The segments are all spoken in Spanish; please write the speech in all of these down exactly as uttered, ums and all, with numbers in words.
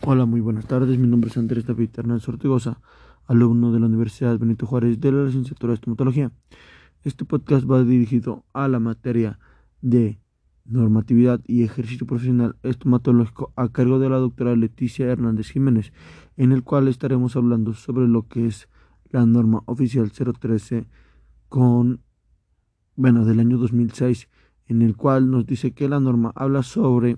Hola, muy buenas tardes. Mi nombre es Andrés David Hernández Ortigosa, alumno de la Universidad Benito Juárez de la licenciatura de Estomatología. Este podcast va dirigido a la materia de normatividad y ejercicio profesional estomatológico a cargo de la doctora Leticia Hernández Jiménez, en el cual estaremos hablando sobre lo que es la norma oficial cero trece con, bueno, del año dos mil seis, en el cual nos dice que la norma habla sobre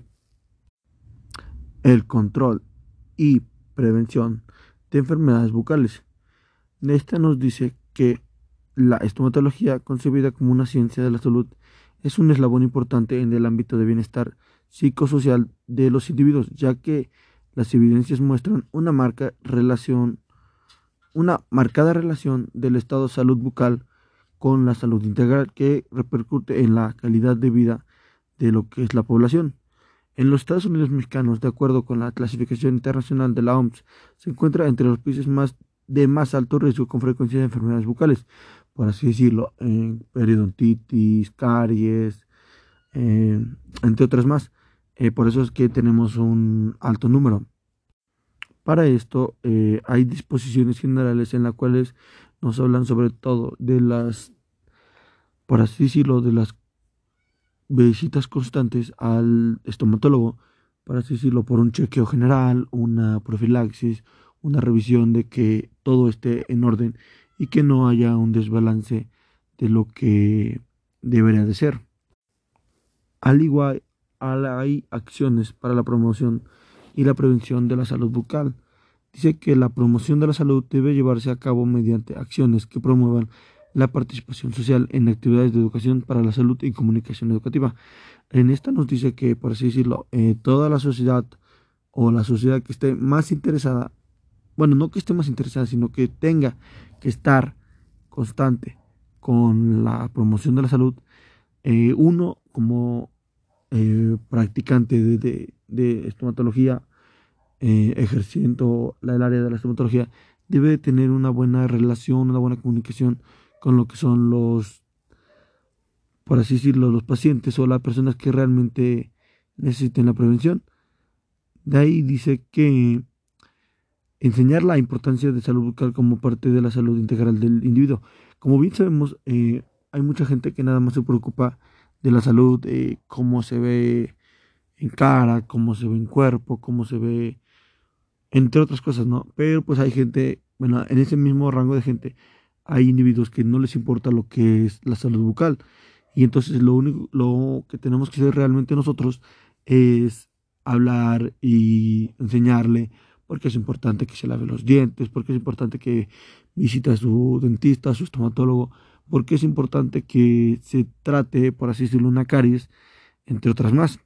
el control y prevención de enfermedades bucales. Esta nos dice que la estomatología, concebida como una ciencia de la salud, es un eslabón importante en el ámbito de bienestar psicosocial de los individuos, ya que las evidencias muestran una marca relación, una marcada relación del estado de salud bucal con la salud integral que repercute en la calidad de vida de lo que es la población. En los Estados Unidos mexicanos, de acuerdo con la clasificación internacional de la O M S, se encuentra entre los países más de más alto riesgo con frecuencia de enfermedades bucales, por así decirlo, en periodontitis, caries, eh, entre otras más. Eh, por eso es que tenemos un alto número. Para esto eh, hay disposiciones generales en las cuales nos hablan sobre todo de las, por así decirlo, de las visitas constantes al estomatólogo, para así decirlo, por un chequeo general, una profilaxis, una revisión de que todo esté en orden y que no haya un desbalance de lo que debería de ser. Al igual, hay acciones para la promoción y la prevención de la salud bucal. Dice que la promoción de la salud debe llevarse a cabo mediante acciones que promuevan la participación social en actividades de educación para la salud y comunicación educativa. En esta nos dice que, por así decirlo, eh, toda la sociedad o la sociedad que esté más interesada, bueno, no que esté más interesada, sino que tenga que estar constante con la promoción de la salud, eh, uno como eh, practicante de, de, de estomatología, eh, ejerciendo la, el área de la estomatología, debe tener una buena relación, una buena comunicación con lo que son los, por así decirlo, los pacientes o las personas que realmente necesiten la prevención. De ahí dice que enseñar la importancia de salud bucal como parte de la salud integral del individuo. Como bien sabemos, eh, hay mucha gente que nada más se preocupa de la salud, eh, cómo se ve en cara, cómo se ve en cuerpo, cómo se ve, entre otras cosas, ¿no? Pero pues hay gente, bueno, en ese mismo rango de gente, hay individuos que no les importa lo que es la salud bucal. Y entonces lo único, lo que tenemos que hacer realmente nosotros es hablar y enseñarle porque es importante que se lave los dientes, porque es importante que visite a su dentista, a su estomatólogo, porque es importante que se trate, por así decirlo, una caries, entre otras más.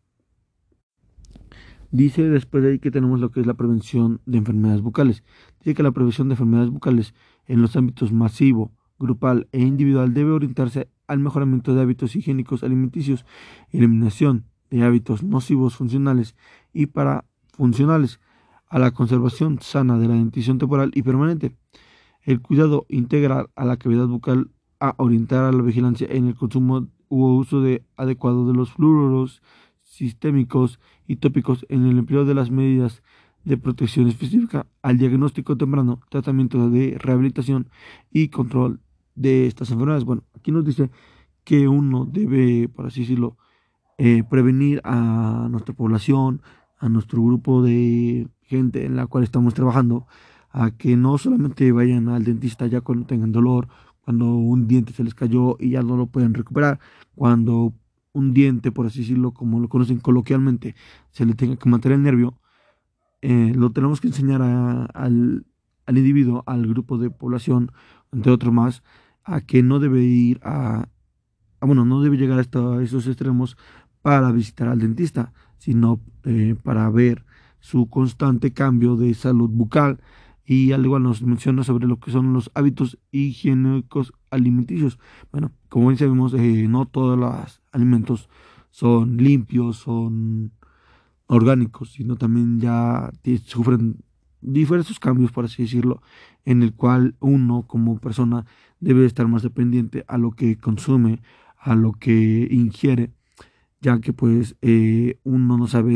Dice después de ahí que tenemos lo que es la prevención de enfermedades bucales. Dice que la prevención de enfermedades bucales en los ámbitos masivo, grupal e individual debe orientarse al mejoramiento de hábitos higiénicos alimenticios, eliminación de hábitos nocivos funcionales y parafuncionales, a la conservación sana de la dentición temporal y permanente, el cuidado integral a la cavidad bucal, a orientar a la vigilancia en el consumo u uso de adecuado de los fluoros sistémicos y tópicos, en el empleo de las medidas de protección específica, al diagnóstico temprano, tratamiento de rehabilitación y control de estas enfermedades. Bueno, aquí nos dice que uno debe, por así decirlo, eh, prevenir a nuestra población, a nuestro grupo de gente en la cual estamos trabajando, a que no solamente vayan al dentista ya cuando tengan dolor, cuando un diente se les cayó y ya no lo pueden recuperar, cuando un diente, por así decirlo, como lo conocen coloquialmente, se le tenga que mantener el nervio, eh, lo tenemos que enseñar a- al, al individuo, al grupo de población, entre otros más, a que no debe ir a, a, bueno, no debe llegar hasta esos extremos para visitar al dentista, sino eh, para ver su constante cambio de salud bucal. Y al igual nos menciona sobre lo que son los hábitos higiénicos alimenticios. Bueno, como bien sabemos, eh, no todos los alimentos son limpios, son orgánicos, sino también ya ti- sufren diversos cambios, por así decirlo, en el cual uno como persona debe estar más dependiente a lo que consume, a lo que ingiere, ya que pues eh, uno no sabe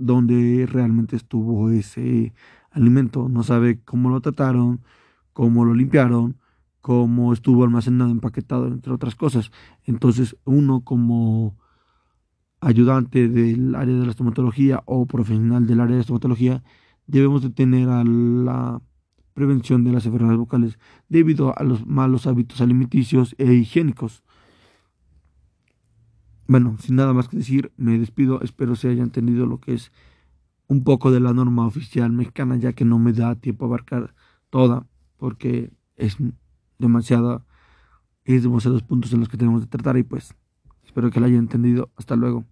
dónde realmente estuvo ese alimento, no sabe cómo lo trataron, cómo lo limpiaron, cómo estuvo almacenado, empaquetado, entre otras cosas. Entonces, uno como ayudante del área de la estomatología o profesional del área de estomatología, debemos de tener a la prevención de las enfermedades bucales debido a los malos hábitos alimenticios e higiénicos. Bueno, sin nada más que decir, me despido. Espero se haya entendido lo que es un poco de la norma oficial mexicana, ya que no me da tiempo a abarcar toda, porque es demasiada, es demasiados puntos en los que tenemos que tratar y pues espero que la haya entendido. Hasta luego.